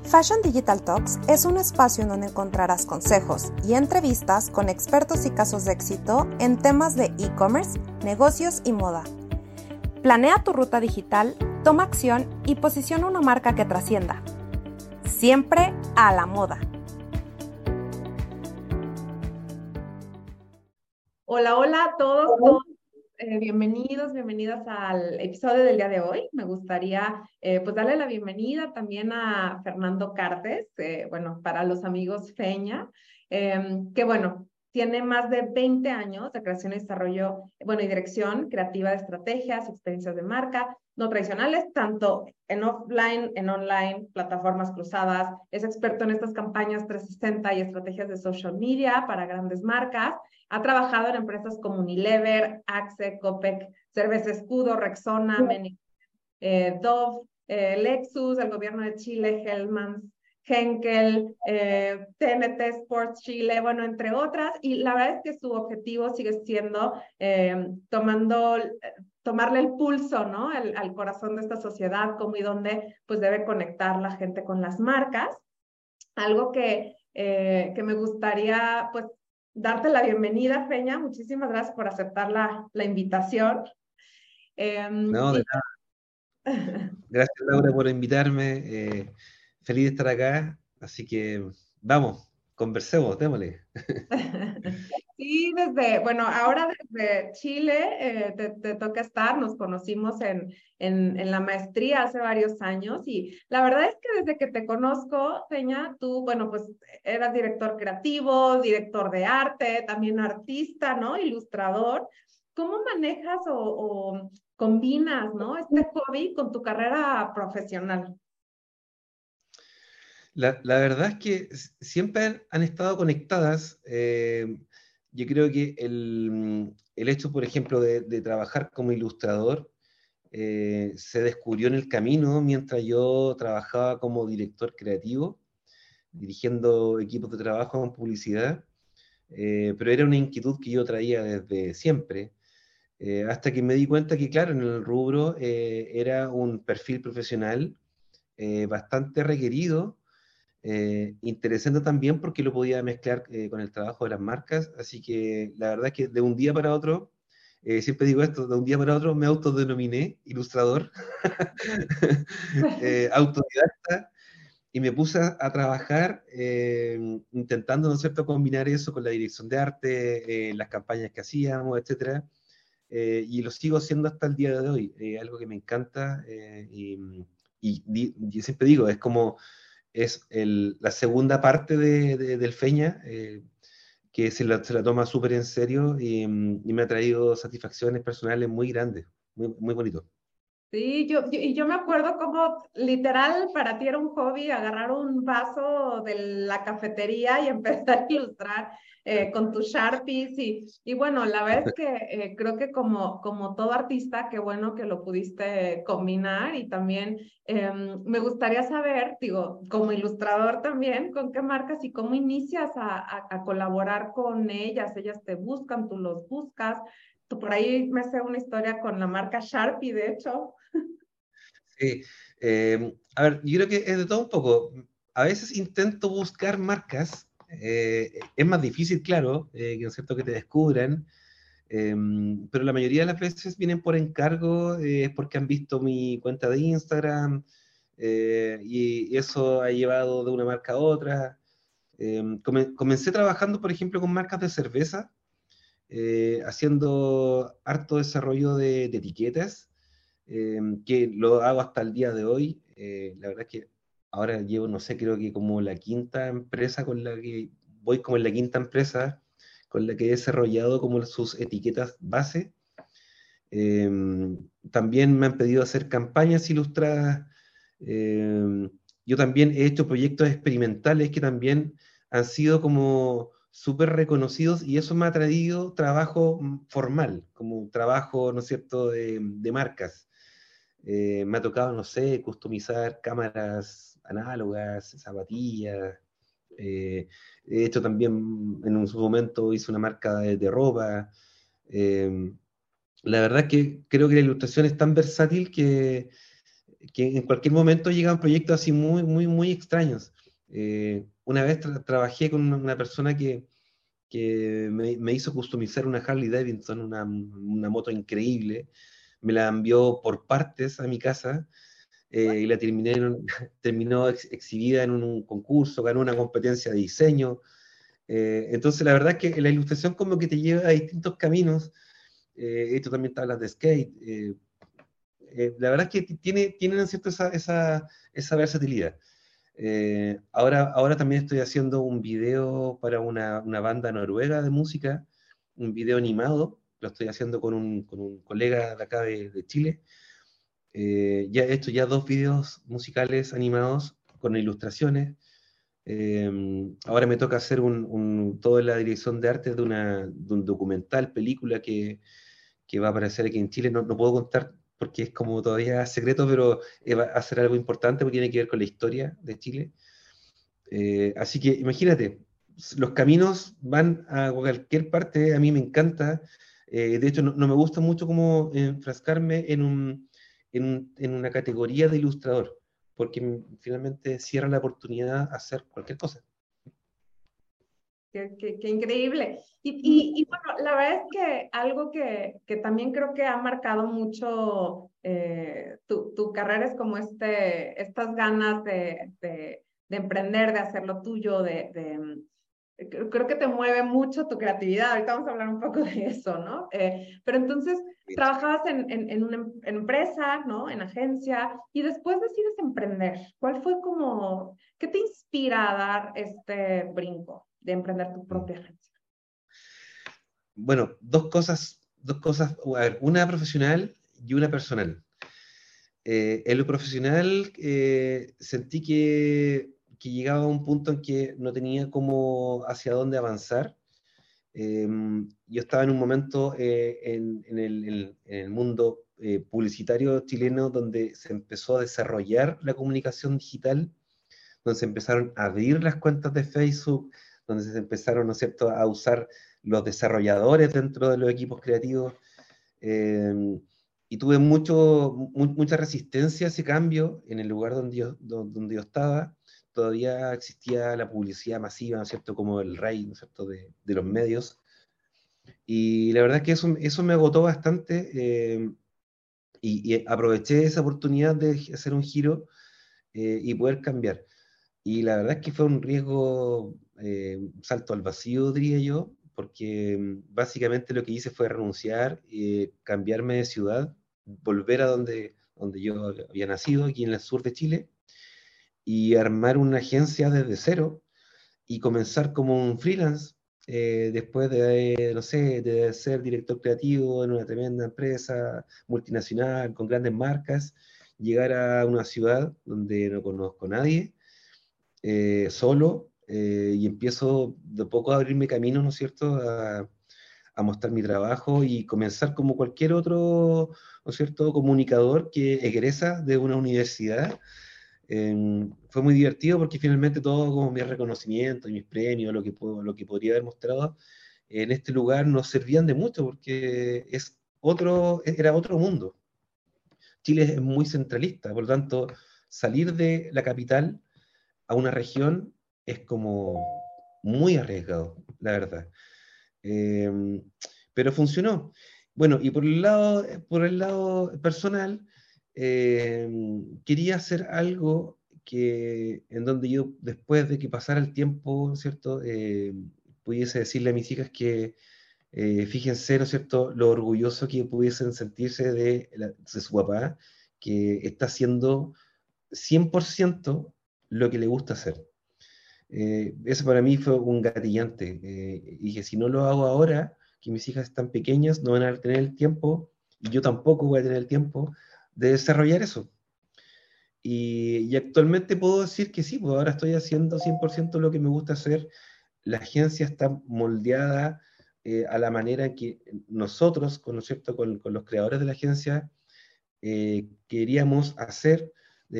Fashion Digital Talks es un espacio en donde encontrarás consejos y entrevistas con expertos y casos de éxito en temas de e-commerce, negocios y moda. Planea tu ruta digital, toma acción y posiciona una marca que trascienda. Siempre a la moda. Hola, hola a todos. Bienvenidos, bienvenidas al episodio del día de hoy. Me gustaría pues darle la bienvenida también a Fernando Cartes, bueno, para los amigos Feña, que bueno, tiene más de 20 años de creación y desarrollo, bueno, y dirección creativa de estrategias, experiencias de marca, no tradicionales, tanto en offline, en online, plataformas cruzadas. Es experto en estas campañas 360 y estrategias de social media para grandes marcas. Ha trabajado en empresas como Unilever, Axe, Copec, Cerveza Escudo, Rexona, Dove, Lexus, el gobierno de Chile, Hellmann's, Henkel, TNT Sports Chile, bueno, entre otras. Y la verdad es que su objetivo sigue siendo tomarle el pulso, ¿no? Al corazón de esta sociedad, cómo y dónde pues debe conectar la gente con las marcas. Algo que me gustaría pues darte la bienvenida, Feña. Muchísimas gracias por aceptar la invitación. No, de nada. Gracias, Laura, por invitarme. Feliz de estar acá. Así que vamos, conversemos, démosle. Sí, bueno, ahora desde Chile te toca estar. Nos conocimos en la maestría hace varios años y la verdad es que desde que te conozco, Feña, tú, bueno, pues eras director creativo, director de arte, también artista, ¿no? Ilustrador. ¿Cómo manejas o combinas, ¿no? Este hobby con tu carrera profesional? La verdad es que siempre han estado conectadas. Yo creo que el hecho, por ejemplo, de trabajar como ilustrador se descubrió en el camino mientras yo trabajaba como director creativo, dirigiendo equipos de trabajo en publicidad, pero era una inquietud que yo traía desde siempre, hasta que me di cuenta que, claro, en el rubro era un perfil profesional bastante requerido, interesante también porque lo podía mezclar con el trabajo de las marcas, así que la verdad es que de un día para otro, siempre digo esto, de un día para otro me autodenominé ilustrador, autodidacta, y me puse a trabajar intentando, ¿no es cierto?, combinar eso con la dirección de arte, las campañas que hacíamos, etcétera, y lo sigo haciendo hasta el día de hoy, algo que me encanta, y siempre digo, es como es la segunda parte del Feña, que se la toma súper en serio y me ha traído satisfacciones personales muy grandes, muy, muy bonito. Sí, y yo me acuerdo como literal para ti era un hobby agarrar un vaso de la cafetería y empezar a ilustrar con tus Sharpies y bueno, la verdad es que creo que como todo artista, qué bueno que lo pudiste combinar y también me gustaría saber, digo, como ilustrador también, con qué marcas y cómo inicias a colaborar con ellas, ellas te buscan, tú los buscas. Tú por ahí me sé una historia con la marca Sharpie, de hecho. Sí, a ver, yo creo que es de todo un poco. A veces intento buscar marcas, es más difícil, claro, que es cierto que te descubran, pero la mayoría de las veces vienen por encargo, es porque han visto mi cuenta de Instagram, y eso ha llevado de una marca a otra. Comencé trabajando, por ejemplo, con marcas de cerveza, haciendo harto desarrollo de etiquetas, que lo hago hasta el día de hoy. La verdad es que ahora llevo, no sé, creo que como la quinta empresa con la que voy, como en la quinta empresa con la que he desarrollado como sus etiquetas base. Eh, También me han pedido hacer campañas ilustradas. Yo también he hecho proyectos experimentales que también han sido como súper reconocidos y eso me ha traído trabajo formal, como trabajo, ¿no es cierto?, de marcas. Me ha tocado, no sé, customizar cámaras análogas, zapatillas. He hecho también, en un momento hice una marca de ropa. Eh, la verdad es que creo que la ilustración es tan versátil que que en cualquier momento llegan proyectos así muy, muy, muy extraños. Una vez trabajé con una persona que me hizo customizar una Harley Davidson, una moto increíble, me la envió por partes a mi casa, y la terminó exhibida en un concurso, ganó una competencia de diseño. Entonces la verdad es que la ilustración como que te lleva a distintos caminos. Esto también te hablas de skate. La verdad es que tienen cierto esa versatilidad. Ahora también estoy haciendo un video para una banda noruega de música, un video animado, lo estoy haciendo con un colega de acá de Chile. Ya he hecho ya 2 videos musicales animados con ilustraciones. Ahora me toca hacer toda la dirección de arte de un documental, película que va a aparecer aquí en Chile. No puedo contar porque es como todavía secreto, pero va a ser algo importante porque tiene que ver con la historia de Chile. Así que imagínate, los caminos van a cualquier parte, a mí me encanta. De hecho, no me gusta mucho como enfrascarme en una categoría de ilustrador, porque finalmente cierra la oportunidad a hacer cualquier cosa. Qué increíble. Y bueno, la verdad es que algo que también creo que ha marcado mucho tu carrera es como estas ganas de emprender, de hacer lo tuyo, creo que te mueve mucho tu creatividad. Ahorita vamos a hablar un poco de eso, ¿no? Pero entonces trabajabas en una empresa, ¿no? En agencia, y después decides emprender. ¿Cuál fue qué te inspira a dar este brinco de emprender tu Mm. propia agencia? Bueno, dos cosas, a ver, una profesional y una personal. En lo profesional, sentí que llegaba a un punto en que no tenía como hacia dónde avanzar. Yo estaba en un momento en el mundo publicitario chileno donde se empezó a desarrollar la comunicación digital, donde se empezaron a abrir las cuentas de Facebook, donde se empezaron, ¿no es cierto?, a usar los desarrolladores dentro de los equipos creativos. eh, y tuve mucha resistencia a ese cambio en el lugar donde yo estaba. Todavía existía la publicidad masiva, ¿no es cierto?, como el rey, ¿no es cierto?, de los medios. Y la verdad es que eso me agotó bastante, y aproveché esa oportunidad de hacer un giro, y poder cambiar. Y la verdad es que fue un riesgo, un salto al vacío, diría yo, porque básicamente lo que hice fue renunciar, cambiarme de ciudad, volver a donde yo había nacido, aquí en el sur de Chile, y armar una agencia desde cero y comenzar como un freelance, después de, no sé, de ser director creativo en una tremenda empresa multinacional con grandes marcas, llegar a una ciudad donde no conozco a nadie, solo, y empiezo de poco a abrirme camino, ¿no es cierto?, a mostrar mi trabajo y comenzar como cualquier otro, ¿no es cierto?, comunicador que egresa de una universidad. Fue muy divertido porque finalmente todo como mi reconocimiento y mis premios, lo que podría haber mostrado en este lugar nos servían de mucho porque era otro mundo. Chile es muy centralista, por lo tanto, salir de la capital a una región es como muy arriesgado, la verdad. Eh, pero funcionó. Bueno, y por el lado personal, eh, quería hacer algo en donde yo, después de que pasara el tiempo, ¿cierto?, pudiese decirle a mis hijas que, fíjense, ¿no es cierto?, lo orgulloso que pudiesen sentirse de su papá, que está haciendo 100% lo que le gusta hacer. Eso para mí fue un gatillante. Y dije, si no lo hago ahora, que mis hijas están pequeñas, no van a tener el tiempo, y yo tampoco voy a tener el tiempo de desarrollar eso. Y actualmente puedo decir que sí, pues ahora estoy haciendo 100% lo que me gusta hacer. La agencia está moldeada, a la manera en que nosotros, ¿no es cierto?, con los creadores de la agencia, queríamos hacer,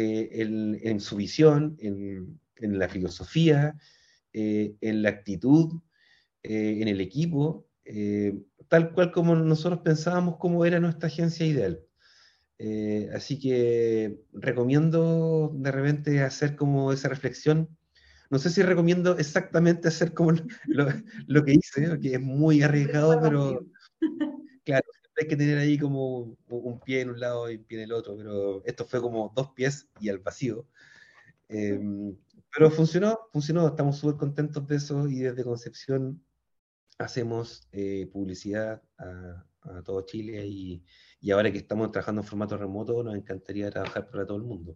en su visión, en la filosofía, en la actitud, en el equipo, tal cual como nosotros pensábamos cómo era nuestra agencia ideal. Así que recomiendo de repente hacer como esa reflexión. No sé si recomiendo exactamente hacer como lo que hice, porque es muy arriesgado, pero claro, siempre hay que tener ahí como un pie en un lado y un pie en el otro, pero esto fue como dos pies y al vacío. Eh, pero funcionó, estamos súper contentos de eso y desde Concepción hacemos publicidad a todo Chile y ahora que estamos trabajando en formato remoto nos encantaría trabajar para todo el mundo.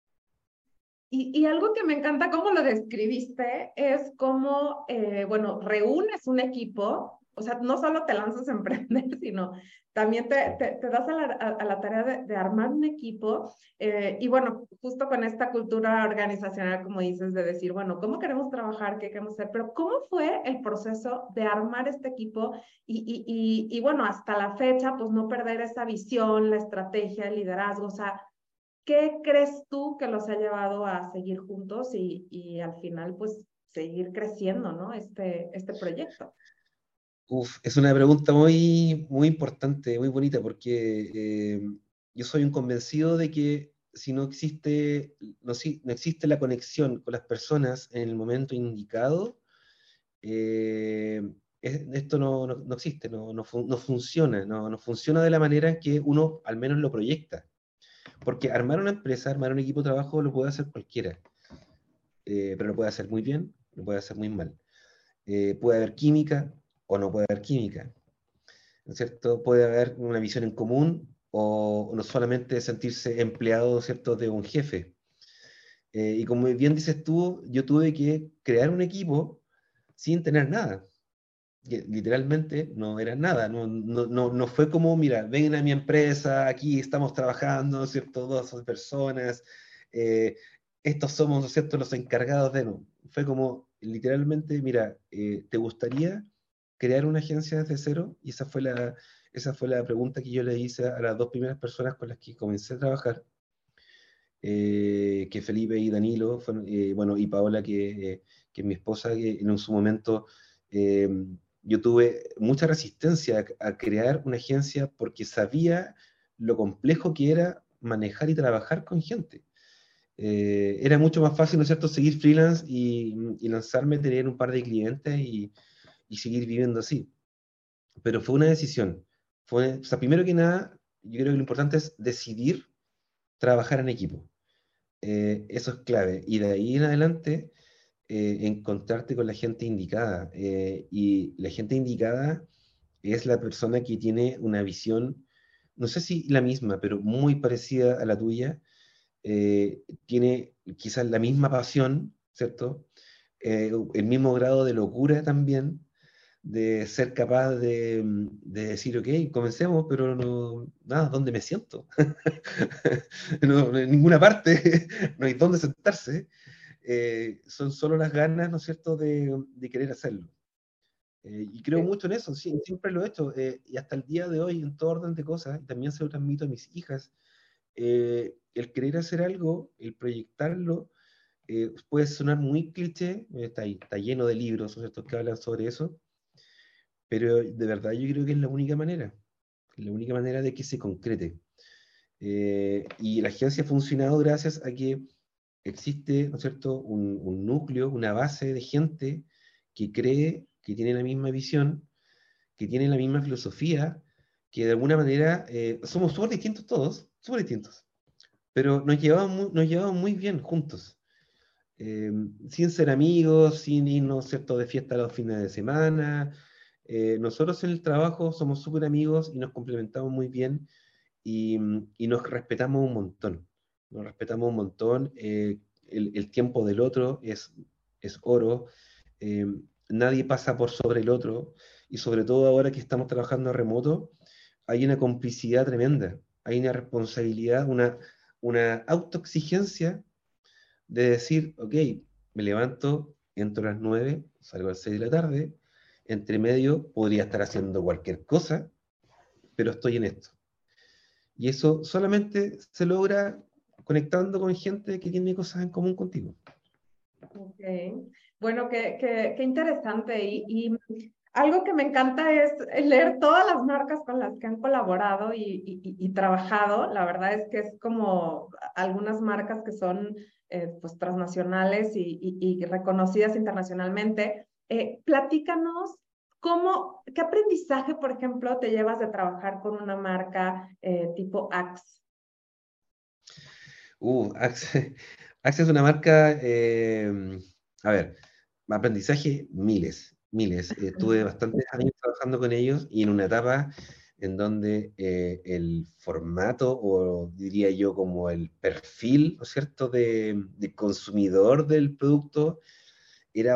Y algo que me encanta cómo lo describiste es cómo, bueno, reúnes un equipo, o sea, no solo te lanzas a emprender, sino también te das a la tarea de armar un equipo. Y bueno, justo con esta cultura organizacional, como dices, de decir, bueno, ¿cómo queremos trabajar? ¿Qué queremos hacer? Pero ¿cómo fue el proceso de armar este equipo? Y bueno, hasta la fecha, pues no perder esa visión, la estrategia, el liderazgo, o sea, ¿qué crees tú que los ha llevado a seguir juntos y al final, pues, seguir creciendo, ¿no? Este proyecto. Uf, es una pregunta muy, muy importante, muy bonita, porque yo soy un convencido de que si no existe, no existe la conexión con las personas en el momento indicado, eh, esto no existe, no funciona, no funciona de la manera en que uno al menos lo proyecta. Porque armar una empresa, armar un equipo de trabajo lo puede hacer cualquiera, pero lo puede hacer muy bien, lo puede hacer muy mal. Puede haber química o no puede haber química, ¿no es cierto? Puede haber una visión en común o no solamente sentirse empleado, ¿cierto?, de un jefe. Y como bien dices tú, yo tuve que crear un equipo sin tener nada. Que literalmente no era nada, no fue como, mira, ven a mi empresa, aquí estamos trabajando, ¿no es cierto?, dos personas, eh, estos somos, ¿no es cierto?, los encargados de, no, fue como, literalmente, mira, ¿te gustaría crear una agencia desde cero? Y esa fue la pregunta que yo le hice a las dos primeras personas con las que comencé a trabajar, que Felipe y Danilo, bueno, y Paola, que es mi esposa, que en su momento eh, yo tuve mucha resistencia a crear una agencia porque sabía lo complejo que era manejar y trabajar con gente. Era mucho más fácil, ¿no es cierto?, seguir freelance y lanzarme, tener un par de clientes y seguir viviendo así. Pero fue una decisión. O sea, primero que nada, yo creo que lo importante es decidir trabajar en equipo. Eso es clave. Y de ahí en adelante, encontrarte con la gente indicada. Y la gente indicada es la persona que tiene una visión, no sé si la misma, pero muy parecida a la tuya. Tiene quizás la misma pasión, ¿cierto? El mismo grado de locura también, de ser capaz de decir, ok, comencemos, pero no, nada, ¿dónde me siento? No, en ninguna parte, no hay dónde sentarse. Son solo las ganas, ¿no es cierto?, de querer hacerlo. Y creo Sí. mucho en eso, sí, siempre lo he hecho, y hasta el día de hoy, en todo orden de cosas, y también se lo transmito a mis hijas, el querer hacer algo, el proyectarlo, puede sonar muy cliché, está lleno de libros, ¿no es cierto?, que hablan sobre eso, pero de verdad yo creo que es la única manera de que se concrete. Y la agencia ha funcionado gracias a que existe, ¿no es cierto?, un núcleo, una base de gente que cree, que tiene la misma visión, que tiene la misma filosofía, que de alguna manera somos súper distintos todos, súper distintos, pero nos llevamos muy bien juntos. Eh, Sin ser amigos, sin irnos, ¿cierto?, de fiesta los fines de semana. Nosotros en el trabajo somos súper amigos y nos complementamos muy bien y nos respetamos un montón. Nos respetamos un montón. El tiempo del otro es oro. eh, Nadie pasa por sobre el otro. Y sobre todo ahora que estamos trabajando remoto, hay una complicidad tremenda. Hay una responsabilidad, una autoexigencia de decir, ok, me levanto, entro a las 9, salgo a las 6 de la tarde, entre medio podría estar haciendo cualquier cosa, pero estoy en esto. Y eso solamente se logra conectando con gente que tiene cosas en común contigo. Ok. Bueno, qué interesante. Algo que me encanta es leer todas las marcas con las que han colaborado y trabajado. La verdad es que es como algunas marcas que son pues transnacionales y reconocidas internacionalmente. Platícanos qué aprendizaje, por ejemplo, te llevas de trabajar con una marca tipo Axe. Axe, Axe es una marca, a ver, aprendizaje miles, miles. Tuve bastantes años trabajando con ellos y en una etapa en donde el formato, o diría yo como el perfil, ¿no es cierto?, de consumidor del producto era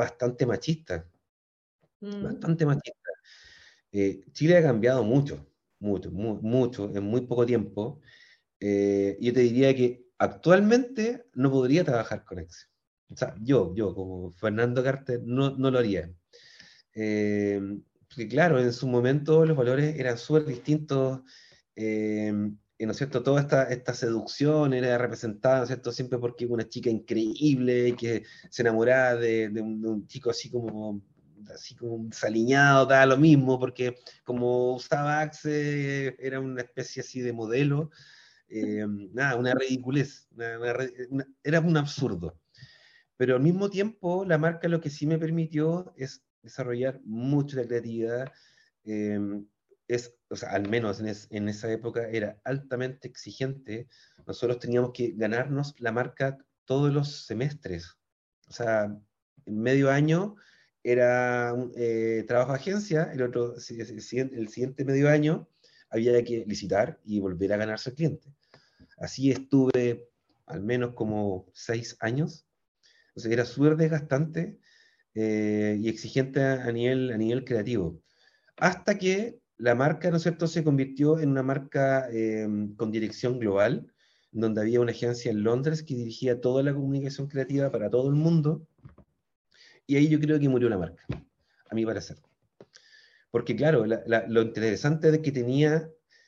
Mm, bastante machista. Chile ha cambiado mucho, mucho, mucho, en muy poco tiempo. Yo te diría que actualmente no podría trabajar con Excel. O sea, yo como Fernando Carter, no lo haría. Eh, Porque claro, en su momento los valores eran súper distintos. ¿No es cierto? Toda esta seducción era representada, ¿no es cierto? Siempre porque una chica increíble que se enamoraba de un chico así como desaliñado, da lo mismo, porque como usaba Axe, era una especie así de modelo. Nada, una ridiculez, era un absurdo. Pero al mismo tiempo, la marca lo que sí me permitió es desarrollar mucho la creatividad. eh, o sea, al menos en esa época era altamente exigente. Nosotros teníamos que ganarnos la marca todos los semestres. O sea, en medio año era un trabajo de agencia, el siguiente medio año había que licitar y volver a ganarse el cliente. Así estuve al menos como 6 años. O sea, era súper desgastante y exigente a nivel creativo. Hasta que la marca, ¿no es cierto?, se convirtió en una marca con dirección global, donde había una agencia en Londres que dirigía toda la comunicación creativa para todo el mundo. Y ahí yo creo que murió la marca, a mi parecer. Porque claro, lo interesante de que tenía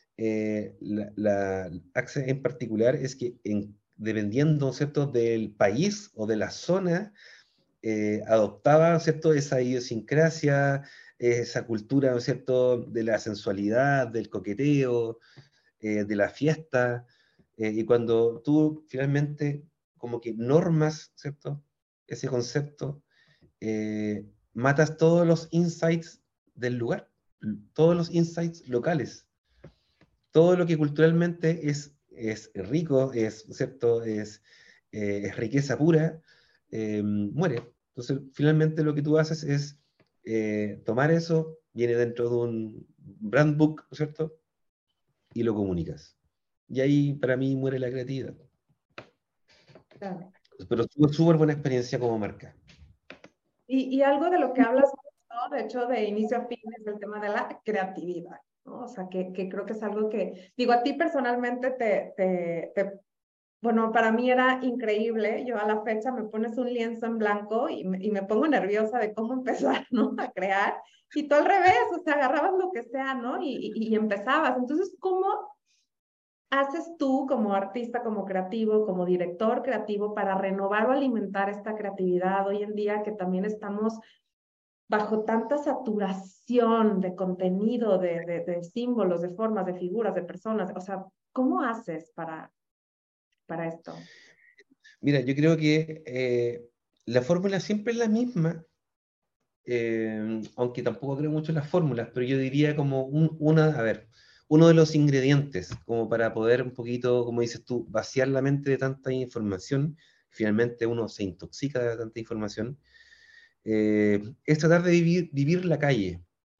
la Axe en particular es que dependiendo, ¿cierto?, del país o de la zona, adoptaba, ¿cierto?, esa idiosincrasia, esa cultura, ¿no es cierto?, de la sensualidad, del coqueteo, de la fiesta, y cuando tú finalmente como que normas, ¿cierto?, ese concepto, matas todos los insights del lugar, todos los insights locales, todo lo que culturalmente es rico, ¿cierto?, es riqueza pura, muere. Entonces, finalmente lo que tú haces es tomar eso, viene dentro de un brand book, ¿no es cierto?, y lo comunicas. Y ahí para mí muere la creatividad. claro. Pero tuve súper buena experiencia como marca. Y algo de lo que hablas, ¿no? De hecho, de inicio a fin es el tema de la creatividad, ¿no? O sea, que creo que es algo que, digo, a ti personalmente bueno, para mí era increíble. Yo a la fecha me pones un lienzo en blanco y me pongo nerviosa de cómo empezar, ¿no? A crear. Y tú al revés, o sea, agarrabas lo que sea, ¿no? Y empezabas. Entonces, ¿cómo haces tú como artista, como creativo, como director creativo para renovar o alimentar esta creatividad hoy en día que también estamos bajo tanta saturación de contenido, de símbolos, de formas, de figuras, de personas? O sea, ¿cómo haces para esto? Mira, yo creo que la fórmula siempre es la misma, aunque tampoco creo mucho en las fórmulas, pero yo diría como a ver, uno de los ingredientes, como para poder un poquito, como dices tú, vaciar la mente de tanta información, finalmente uno se intoxica de tanta información, es tratar de vivir la calle,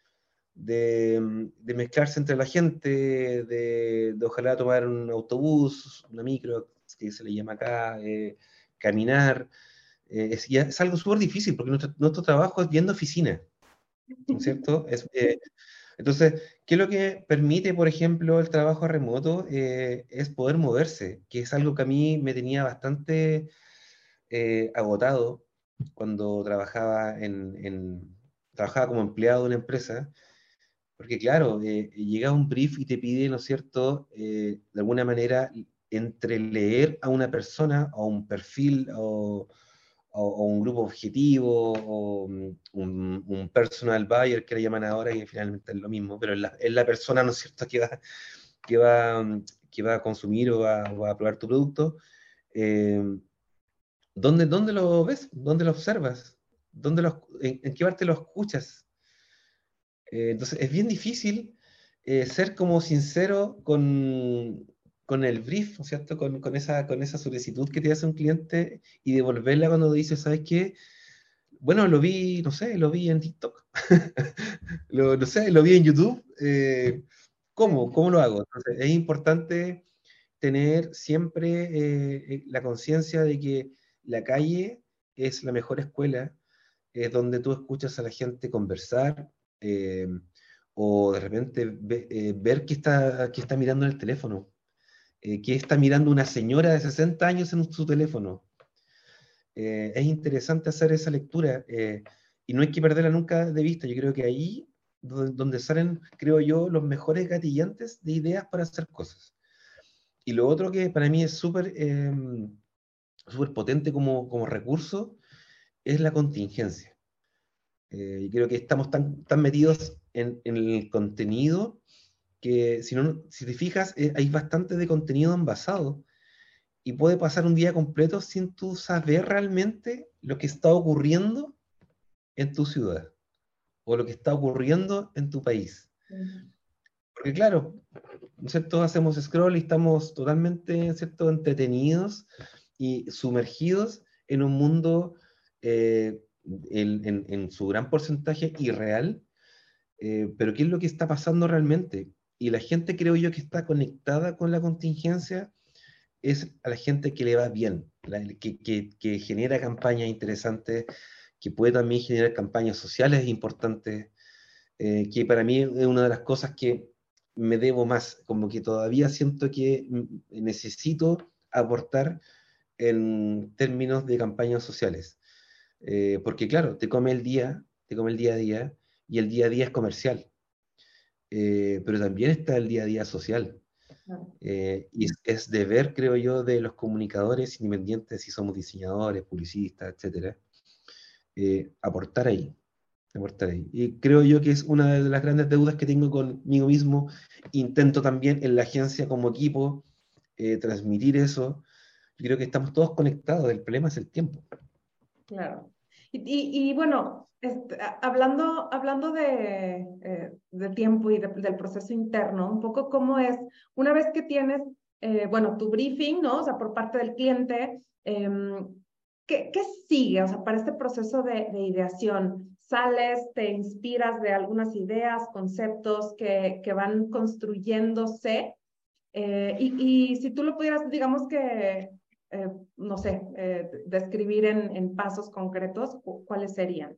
de mezclarse entre la gente, de ojalá tomar un autobús, una micro, que se le llama acá, caminar. Es algo súper difícil porque nuestro trabajo es yendo a oficina, ¿no es cierto? Entonces, ¿qué es lo que permite, por ejemplo, el trabajo remoto? Es poder moverse, que es algo que a mí me tenía bastante agotado cuando trabajaba como empleado de una empresa, porque claro, llega un brief y te pide, ¿no es cierto?, de alguna manera, entre leer a una persona o un perfil o un grupo objetivo, o un personal buyer que le llaman ahora, que finalmente es lo mismo, pero es la persona, ¿no es cierto?, que va, que va a consumir o va a probar tu producto. eh, ¿Dónde lo ves? ¿Dónde lo observas? ¿En qué parte lo escuchas? Entonces es bien difícil ser como sincero con el brief, ¿no es cierto? Con esa solicitud que te hace un cliente y devolverla cuando dice, ¿sabes qué? Bueno, lo vi, no sé, lo vi en TikTok, no sé, lo vi en YouTube. ¿Cómo? Sí. ¿Cómo lo hago? Entonces es importante tener siempre la conciencia de que la calle es la mejor escuela, es donde tú escuchas a la gente conversar, eh, o de repente ver qué está mirando en el teléfono, qué está mirando una señora de 60 años en su teléfono. Es interesante hacer esa lectura, y no hay que perderla nunca de vista. Yo creo que ahí donde salen, creo yo, los mejores gatillantes de ideas para hacer cosas. Y lo otro que para mí es súper potente como recurso es la contingencia. Yo creo que estamos tan metidos en el contenido que si te fijas, hay bastante de contenido envasado y puede pasar un día completo sin tú saber realmente lo que está ocurriendo en tu ciudad o lo que está ocurriendo en tu país. Sí. Porque claro, ¿no es cierto? Hacemos scroll y estamos totalmente, ¿cierto?, entretenidos y sumergidos en un mundo eh, en su gran porcentaje irreal. Pero ¿qué es lo que está pasando realmente? Y la gente, creo yo, que está conectada con la contingencia es a la gente que le va bien, que genera campañas interesantes, que puede también generar campañas sociales importantes, que para mí es una de las cosas que me debo más, como que todavía siento que necesito aportar en términos de campañas sociales. Porque claro, te come el día a día, y el día a día es comercial, pero también está el día a día social. Claro. Y es deber, creo yo, de los comunicadores independientes, si somos diseñadores, publicistas, etcétera, aportar ahí, aportar ahí. Y creo yo que es una de las grandes deudas que tengo conmigo mismo. Intento también en la agencia como equipo transmitir eso. Yo creo que estamos todos conectados, el problema es el tiempo. Claro. Y bueno, hablando de tiempo y del proceso interno, un poco cómo es, una vez que tienes, bueno, tu briefing, ¿no? O sea, por parte del cliente, ¿qué sigue? O sea, para este proceso de ideación, ¿sales, te inspiras de algunas ideas, conceptos que van construyéndose? Y si tú lo pudieras, digamos que, no sé, describir en pasos concretos, ¿cuáles serían?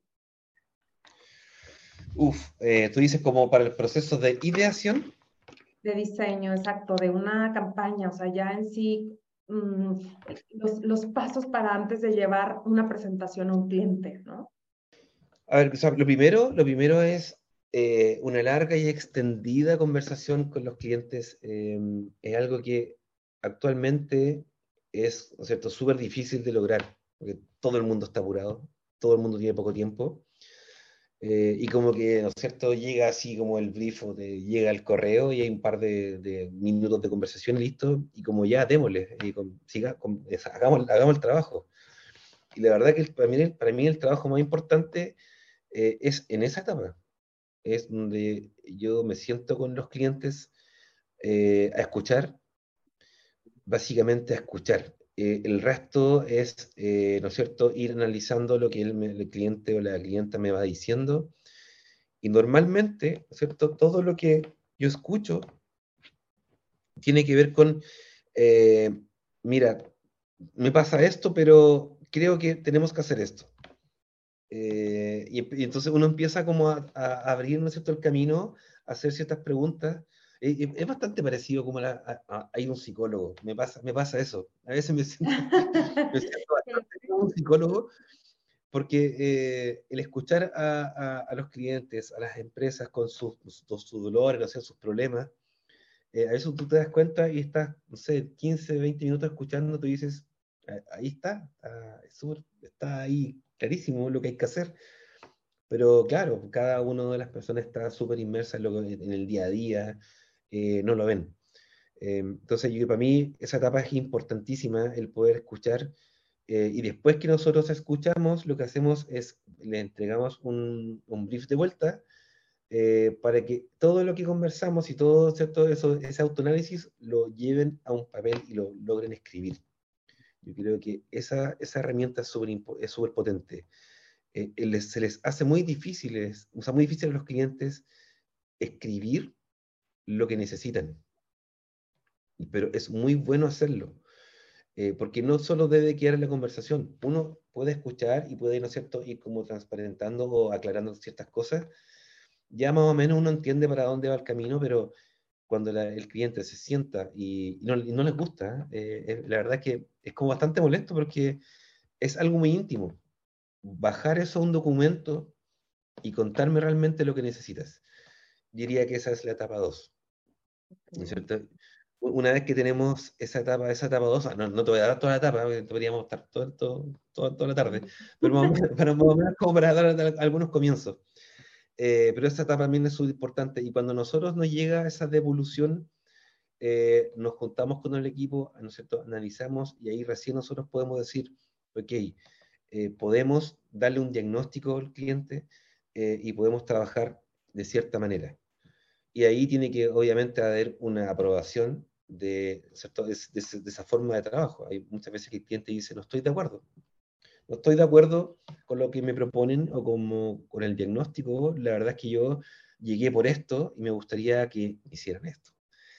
Tú dices como para el proceso de ideación. De diseño, exacto, de una campaña, o sea, ya en sí, mm, los pasos para antes de llevar una presentación a un cliente, ¿no? A ver, o sea, lo primero es una larga y extendida conversación con los clientes. Es algo que actualmente es, ¿no es cierto?, súper difícil de lograr, porque todo el mundo está apurado, todo el mundo tiene poco tiempo, y como que, ¿no es cierto?, llega así como el brief o llega el correo y hay un par de minutos de conversación y listo, y como ya démosle, y hagamos el trabajo. Y la verdad que para mí el trabajo más importante es en esa etapa, es donde yo me siento con los clientes a escuchar, básicamente a escuchar. El resto es, ¿no es cierto?, ir analizando lo que el cliente o la clienta me va diciendo. Y normalmente, ¿no es cierto?, todo lo que yo escucho tiene que ver con, eh, mira, me pasa esto, pero creo que tenemos que hacer esto. Y entonces uno empieza como a abrir, ¿no es cierto?, el camino, a hacer ciertas preguntas. Es bastante parecido como a ir a un psicólogo. Me pasa eso. A veces me siento bastante como un psicólogo, porque el escuchar a los clientes, a las empresas con sus dolores, ¿no sé?, sus problemas, a veces tú te das cuenta y estás, no sé, 15, 20 minutos escuchando, tú dices, Ahí está ahí clarísimo lo que hay que hacer. Pero claro, cada una de las personas está súper inmersa en el día a día, no lo ven. Entonces, para mí esa etapa es importantísima, el poder escuchar, y después que nosotros escuchamos, lo que hacemos es le entregamos un brief de vuelta, para que todo lo que conversamos y todo, ¿cierto? Ese autoanálisis lo lleven a un papel y lo logren escribir. Yo creo que esa herramienta es súper potente. Se les hace muy difíciles, o sea, muy difícil a los clientes escribir lo que necesitan, pero es muy bueno hacerlo, porque no solo debe quedar en la conversación, uno puede escuchar y puede, ¿no es cierto?, ir como transparentando o aclarando ciertas cosas, ya más o menos uno entiende para dónde va el camino, pero cuando el cliente se sienta y no les gusta, la verdad que es como bastante molesto porque es algo muy íntimo. Bajar eso a un documento y contarme realmente lo que necesitas. Diría que esa es la etapa 2, ¿no es cierto? Una vez que tenemos esa etapa 2, no te voy a dar toda la etapa, porque podríamos estar toda la tarde, pero más o menos como para dar algunos comienzos. Pero esa etapa también es súper importante, y cuando nosotros nos llega esa devolución, nos juntamos con el equipo, ¿no es cierto? Analizamos, y ahí recién nosotros podemos decir, ok, podemos darle un diagnóstico al cliente, y podemos trabajar de cierta manera. Y ahí tiene que obviamente haber una aprobación ¿cierto? De esa forma de trabajo. Hay muchas veces que el cliente dice, no estoy de acuerdo. No estoy de acuerdo con lo que me proponen o con el diagnóstico. La verdad es que yo llegué por esto y me gustaría que hicieran esto.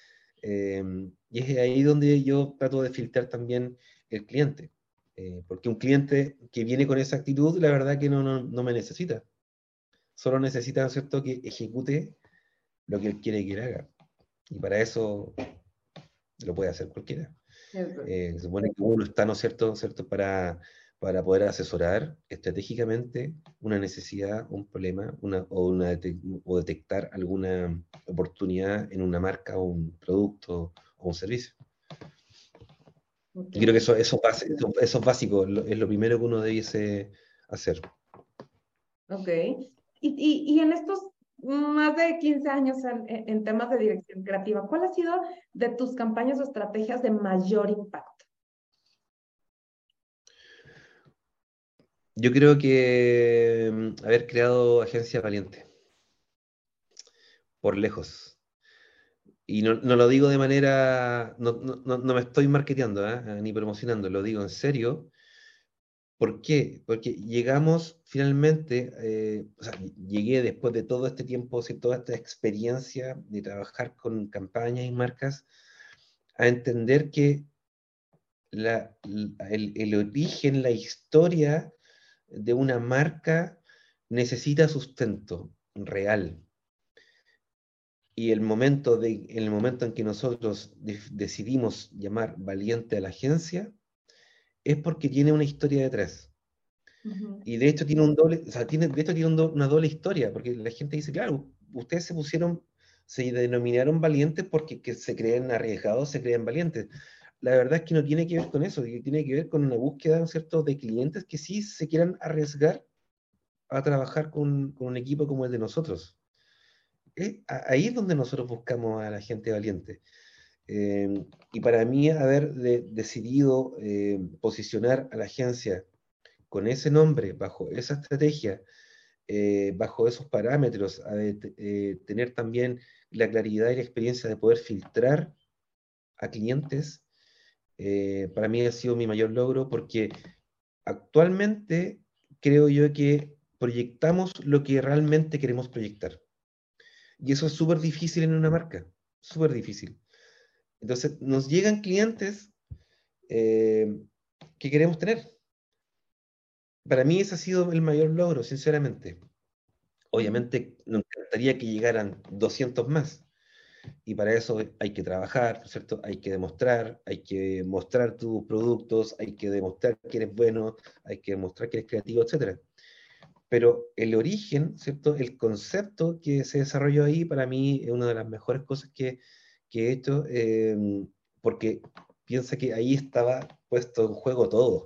Y es ahí donde yo trato de filtrar también el cliente. Porque un cliente que viene con esa actitud, la verdad que no me necesita. Solo necesita, ¿no es cierto?, que ejecute lo que él quiere que le haga. Y para eso lo puede hacer cualquiera. Eso. Se supone que uno está, ¿no es cierto?, para poder asesorar estratégicamente una necesidad, un problema, o detectar alguna oportunidad en una marca o un producto o un servicio. Ok. Y creo que eso es básico, es lo primero que uno debiese hacer. Ok. Y en estos más de 15 años en temas de dirección creativa, ¿cuál ha sido de tus campañas o estrategias de mayor impacto? Yo creo que haber creado Agencia Valiente, por lejos. Y no lo digo de manera, no me estoy marketeando, ni promocionando, lo digo en serio. ¿Por qué? Porque llegamos finalmente, o sea, llegué después de todo este tiempo, ¿sí?, toda esta experiencia de trabajar con campañas y marcas, a entender que el origen, la historia de una marca necesita sustento real. Y el momento en que nosotros decidimos llamar Valiente a la agencia, es porque tiene una historia detrás. Ujú. Y de hecho tiene un doble, o sea, de hecho tiene una doble historia, porque la gente dice, claro, ustedes se denominaron valientes porque que se creen arriesgados, se creen valientes. La verdad es que no tiene que ver con eso, que tiene que ver con una búsqueda, ¿no es cierto?, de clientes que sí se quieran arriesgar a trabajar con un equipo como el de nosotros. Ahí es donde nosotros buscamos a la gente valiente. Y para mí haber decidido posicionar a la agencia con ese nombre, bajo esa estrategia, bajo esos parámetros, tener también la claridad y la experiencia de poder filtrar a clientes, para mí ha sido mi mayor logro, porque actualmente creo yo que proyectamos lo que realmente queremos proyectar. Y eso es súper difícil en una marca, súper difícil. Entonces nos llegan clientes eh, que queremos tener. Para mí ese ha sido el mayor logro, sinceramente. Obviamente nos encantaría que llegaran 200 más, y para eso hay que trabajar, ¿no es cierto? Hay que mostrar tus productos, hay que demostrar que eres bueno, hay que demostrar que eres creativo, etcétera. Pero el origen, ¿cierto? El concepto que se desarrolló ahí, para mí es una de las mejores cosas que he hecho, porque piensa que ahí estaba puesto en juego todo.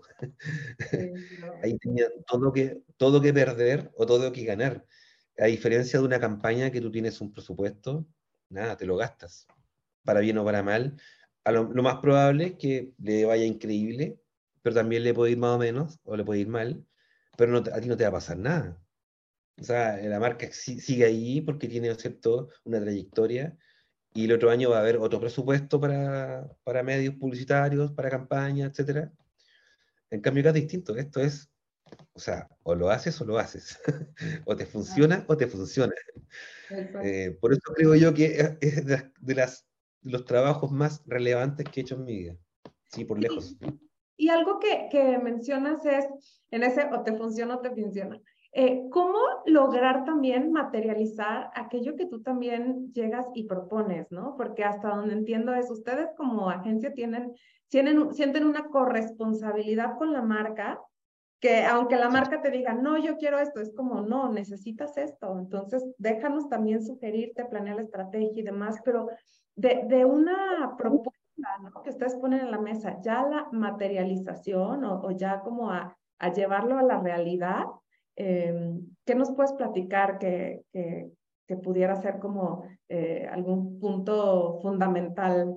No. Ahí tenía todo que perder o todo que ganar. A diferencia de una campaña que tú tienes un presupuesto, nada, te lo gastas, para bien o para mal. Lo más probable es que le vaya increíble, pero también le puede ir más o menos, o le puede ir mal, pero a ti no te va a pasar nada. O sea, la marca sigue ahí porque tiene, ¿no es cierto?, una trayectoria, y el otro año va a haber otro presupuesto para medios publicitarios, para campañas, etcétera. En cambio, acá es distinto. Esto es, o sea, o lo haces o lo haces. O te funciona o te funciona. Exacto. Por eso creo yo que es de los trabajos más relevantes que he hecho en mi vida. Sí, por lejos. Y algo que mencionas es, en ese o te funciona o te funciona, ¿cómo lograr también materializar aquello que tú también llegas y propones, ¿no? Porque hasta donde entiendo es, ustedes como agencia sienten una corresponsabilidad con la marca, que aunque la Sí, marca te diga, no, yo quiero esto, es como, no, necesitas esto. Entonces, déjanos también sugerirte, planear la estrategia y demás, pero de una propuesta, ¿no?, que ustedes ponen en la mesa, ya la materialización o ya como a llevarlo a la realidad, ¿qué nos puedes platicar que pudiera ser como algún punto fundamental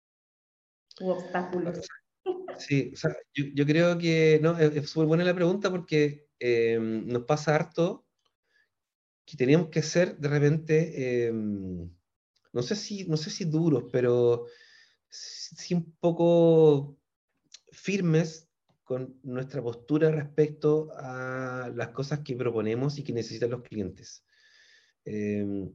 u obstáculos? sí, o sea, yo creo que no, es súper buena la pregunta porque nos pasa harto que teníamos que ser de repente, no sé si duros, pero sí un poco firmes con nuestra postura respecto a las cosas que proponemos y que necesitan los clientes. Eh,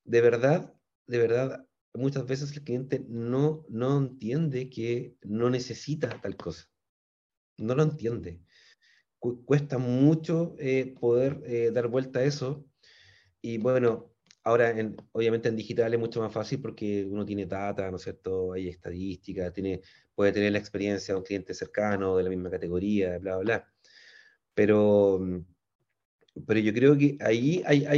de verdad, muchas veces el cliente no entiende que no necesita tal cosa. No lo entiende. Cuesta mucho poder dar vuelta a eso. Y bueno, ahora obviamente en digital es mucho más fácil porque uno tiene data, ¿no es cierto? Hay estadísticas, puede tener la experiencia de un cliente cercano, de la misma categoría, bla, bla, bla. Pero, pero yo creo que ahí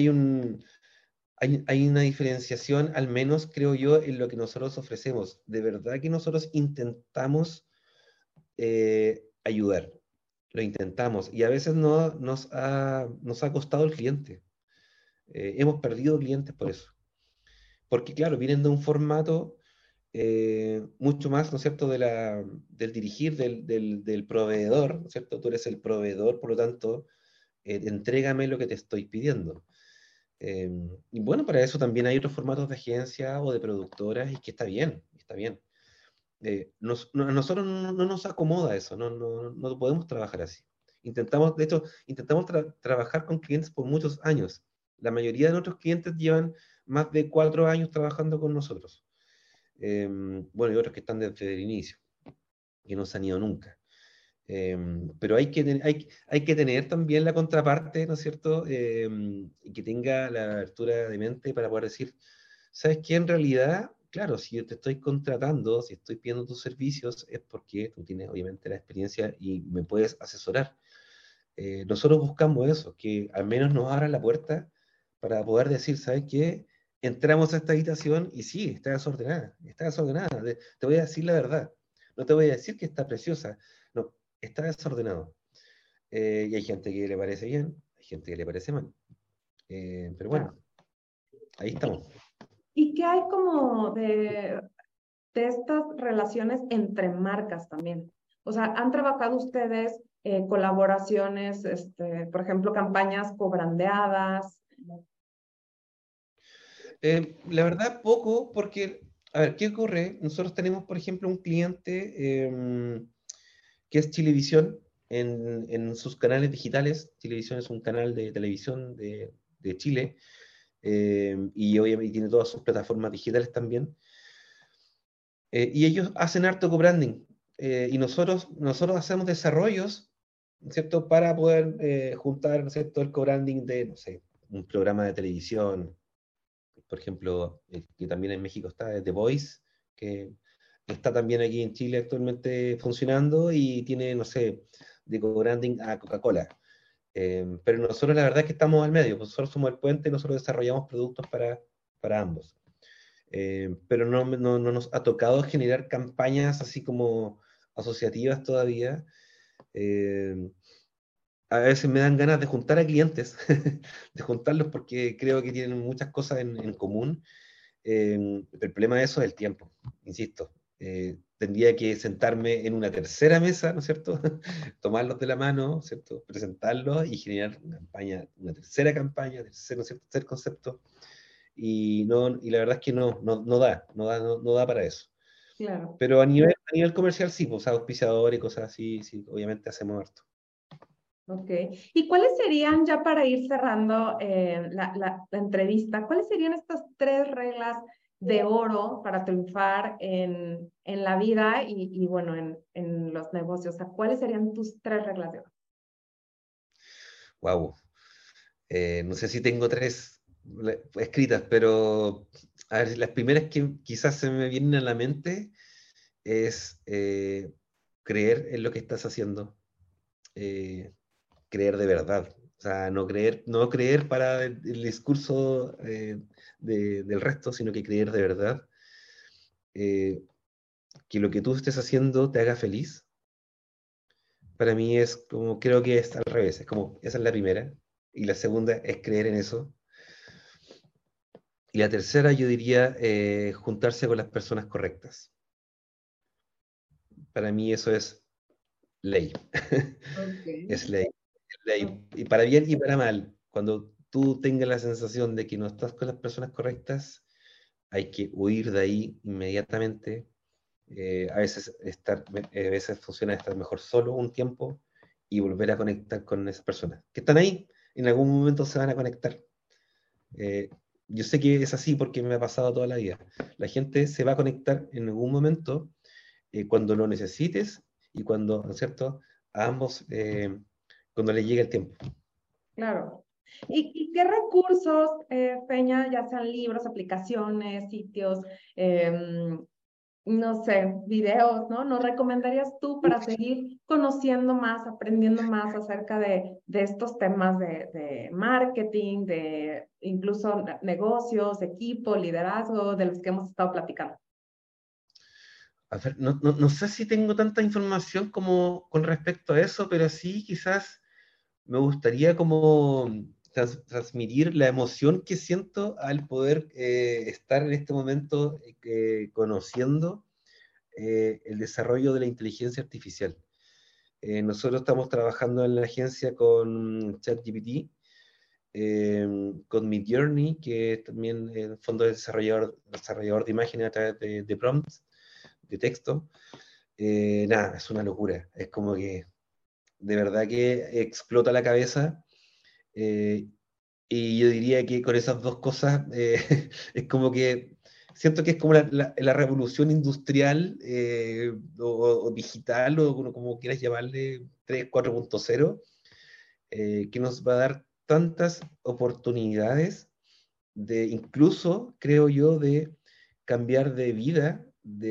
hay una diferenciación, al menos creo yo, en lo que nosotros ofrecemos. De verdad que nosotros intentamos ayudar, lo intentamos, y a veces no, nos ha costado el cliente. Hemos perdido clientes por eso. Porque claro, vienen de un formato mucho más, ¿no es cierto?, del dirigir del proveedor, ¿no es cierto? Tú eres el proveedor, por lo tanto, entrégame lo que te estoy pidiendo. Eh, y bueno, para eso también hay otros formatos de agencia o de productoras y que está bien, está bien. A nosotros no nos acomoda eso, no podemos trabajar así. De hecho, intentamos trabajar con clientes por muchos años. La mayoría de nuestros clientes llevan más de 4 años trabajando con nosotros. Bueno, y otros que están desde el inicio, que no se han ido nunca. Pero hay que tener también la contraparte, ¿no es cierto? Y que tenga la apertura de mente para poder decir, ¿sabes qué? En realidad, claro, si yo te estoy contratando, si estoy pidiendo tus servicios, es porque tú tienes obviamente la experiencia y me puedes asesorar. Nosotros buscamos eso, que al menos nos abran la puerta para poder decir, ¿sabes qué? Entramos a esta habitación y sí, está desordenada, está desordenada. Te voy a decir la verdad. No te voy a decir que está preciosa, no, está desordenado. Y hay gente que le parece bien, hay gente que le parece mal. Pero Claro. bueno, ahí estamos. ¿Y qué hay como de estas relaciones entre marcas también? O sea, ¿han trabajado ustedes colaboraciones, por ejemplo, campañas cobrandeadas? La verdad, poco, porque, a ver, ¿qué ocurre? Nosotros tenemos, por ejemplo, un cliente que es Chilevisión en sus canales digitales. Chilevisión es un canal de televisión de Chile, y obviamente tiene todas sus plataformas digitales también. Y ellos hacen harto co-branding, y nosotros hacemos desarrollos, ¿no es cierto?, para poder juntar, ¿no es cierto?, el co-branding de, no sé, un programa de televisión, por ejemplo, que también en México está, es The Voice, que está también aquí en Chile actualmente funcionando y tiene, no sé, de co-branding a Coca-Cola. Pero nosotros la verdad es que estamos al medio, pues nosotros somos el puente y nosotros desarrollamos productos para ambos. Pero no nos ha tocado generar campañas así como asociativas todavía. Eh, a veces me dan ganas de juntar a clientes, de juntarlos porque creo que tienen muchas cosas en común. El problema de eso es el tiempo, insisto. Tendría que sentarme en una tercera mesa, ¿no es cierto? Tomarlos de la mano, ¿cierto? Presentarlos y generar una campaña, una tercera campaña, tercer, ¿no es cierto? Tercer concepto. Y la verdad es que no da para eso. Claro. Pero a nivel comercial sí, pues auspiciadores y cosas así, sí, obviamente hacemos harto. Ok. ¿Y cuáles serían, ya para ir cerrando la entrevista, cuáles serían estas tres reglas de oro para triunfar en la vida y bueno, en los negocios? O sea, ¿cuáles serían tus tres reglas de oro? Wow. No sé si tengo tres escritas, pero a ver, las primeras que quizás se me vienen a la mente es creer en lo que estás haciendo, eh, creer de verdad. O sea, no creer para el discurso del resto, sino que creer de verdad. Que lo que tú estés haciendo te haga feliz. Para mí es como, creo que es al revés, es como, esa es la primera. Y la segunda es creer en eso. Y la tercera, yo diría, juntarse con las personas correctas. Para mí eso es ley. Ok. Es ley. Es Ok. ley. Y para bien y para mal, cuando tú tengas la sensación de que no estás con las personas correctas, hay que huir de ahí inmediatamente. A veces funciona estar mejor solo un tiempo y volver a conectar con esas personas que están ahí. En algún momento se van a conectar. Eh, yo sé que es así porque me ha pasado toda la vida. La gente se va a conectar en algún momento cuando lo necesites y cuando, ¿no es cierto?, a ambos, cuando le llegue el tiempo. Claro. ¿Y qué recursos, Peña, ya sean libros, aplicaciones, sitios, em, no sé, videos, ¿no? ¿Nos recomendarías tú para seguir conociendo más, aprendiendo más acerca de estos temas de marketing, de incluso negocios, equipo, liderazgo, de los que hemos estado platicando? A ver, no sé si tengo tanta información como con respecto a eso, pero sí quizás me gustaría como transmitir la emoción que siento al poder estar en este momento conociendo el desarrollo de la inteligencia artificial. Nosotros estamos trabajando en la agencia con ChatGPT, con Midjourney, que es también el fondo de desarrollador de imágenes a través de prompts, de texto. Nada, es una locura. Es como que de verdad que explota la cabeza. eh, y yo diría que con esas dos cosas es como que siento que es como la revolución industrial o digital o como quieras llamarle 3 4.0 que nos va a dar tantas oportunidades de incluso, creo yo, de cambiar de vida,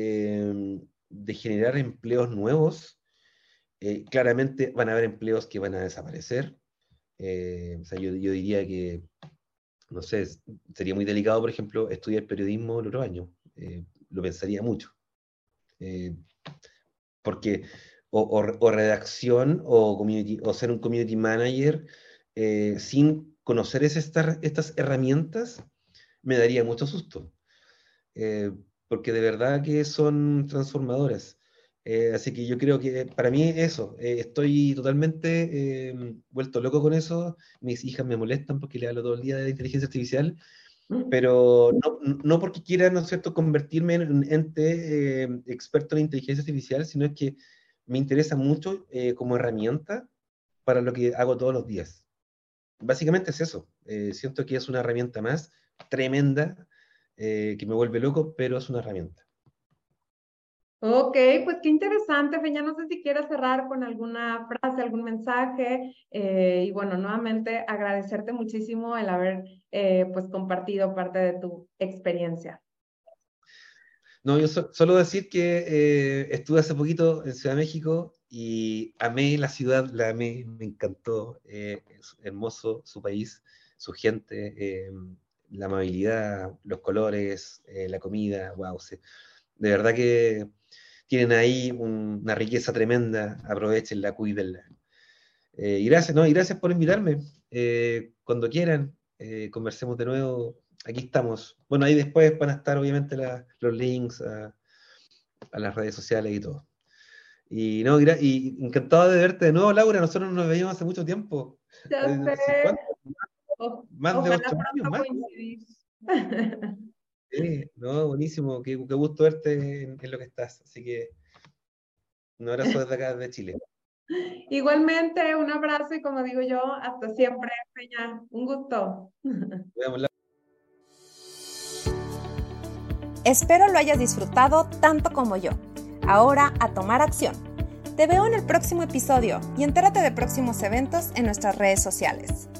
de generar empleos nuevos. Claramente van a haber empleos que van a desaparecer. O sea, yo diría que, no sé, sería muy delicado, por ejemplo, estudiar periodismo el otro año. Lo pensaría mucho. Eh, porque o redacción o ser un community manager sin conocer estas herramientas me daría mucho susto. eh, Porque de verdad que son transformadoras. Así que yo creo que para mí eso, estoy totalmente vuelto loco con eso. Mis hijas me molestan porque le hablo todo el día de la inteligencia artificial, pero no porque quiera, ¿no es cierto?, convertirme en un ente experto en inteligencia artificial, sino es que me interesa mucho como herramienta para lo que hago todos los días. Básicamente es eso. Siento que es una herramienta más tremenda que me vuelve loco, pero es una herramienta. Ok, pues qué interesante, Feña. No sé si quieres cerrar con alguna frase, algún mensaje. Y bueno, nuevamente agradecerte muchísimo el haber pues compartido parte de tu experiencia. No, yo solo decir que estuve hace poquito en Ciudad de México y amé la ciudad, la amé, me encantó. Es hermoso su país, su gente, la amabilidad, los colores, la comida, wow. Sí. De verdad que tienen ahí una riqueza tremenda, aprovechenla, cuídenla. Y gracias por invitarme. Cuando quieran, conversemos de nuevo. Aquí estamos. Bueno, ahí después van a estar obviamente los links a las redes sociales y todo. Y encantado de verte de nuevo, Laura. Nosotros nos veíamos hace mucho tiempo. Ya sé. Más de 8 años más. No, buenísimo. Qué gusto verte en lo que estás. Así que un abrazo desde acá, desde Chile. Igualmente, un abrazo y como digo yo, hasta siempre, Peña. Un gusto. Nos vemos, Laura. Espero lo hayas disfrutado tanto como yo. Ahora a tomar acción. Te veo en el próximo episodio y entérate de próximos eventos en nuestras redes sociales.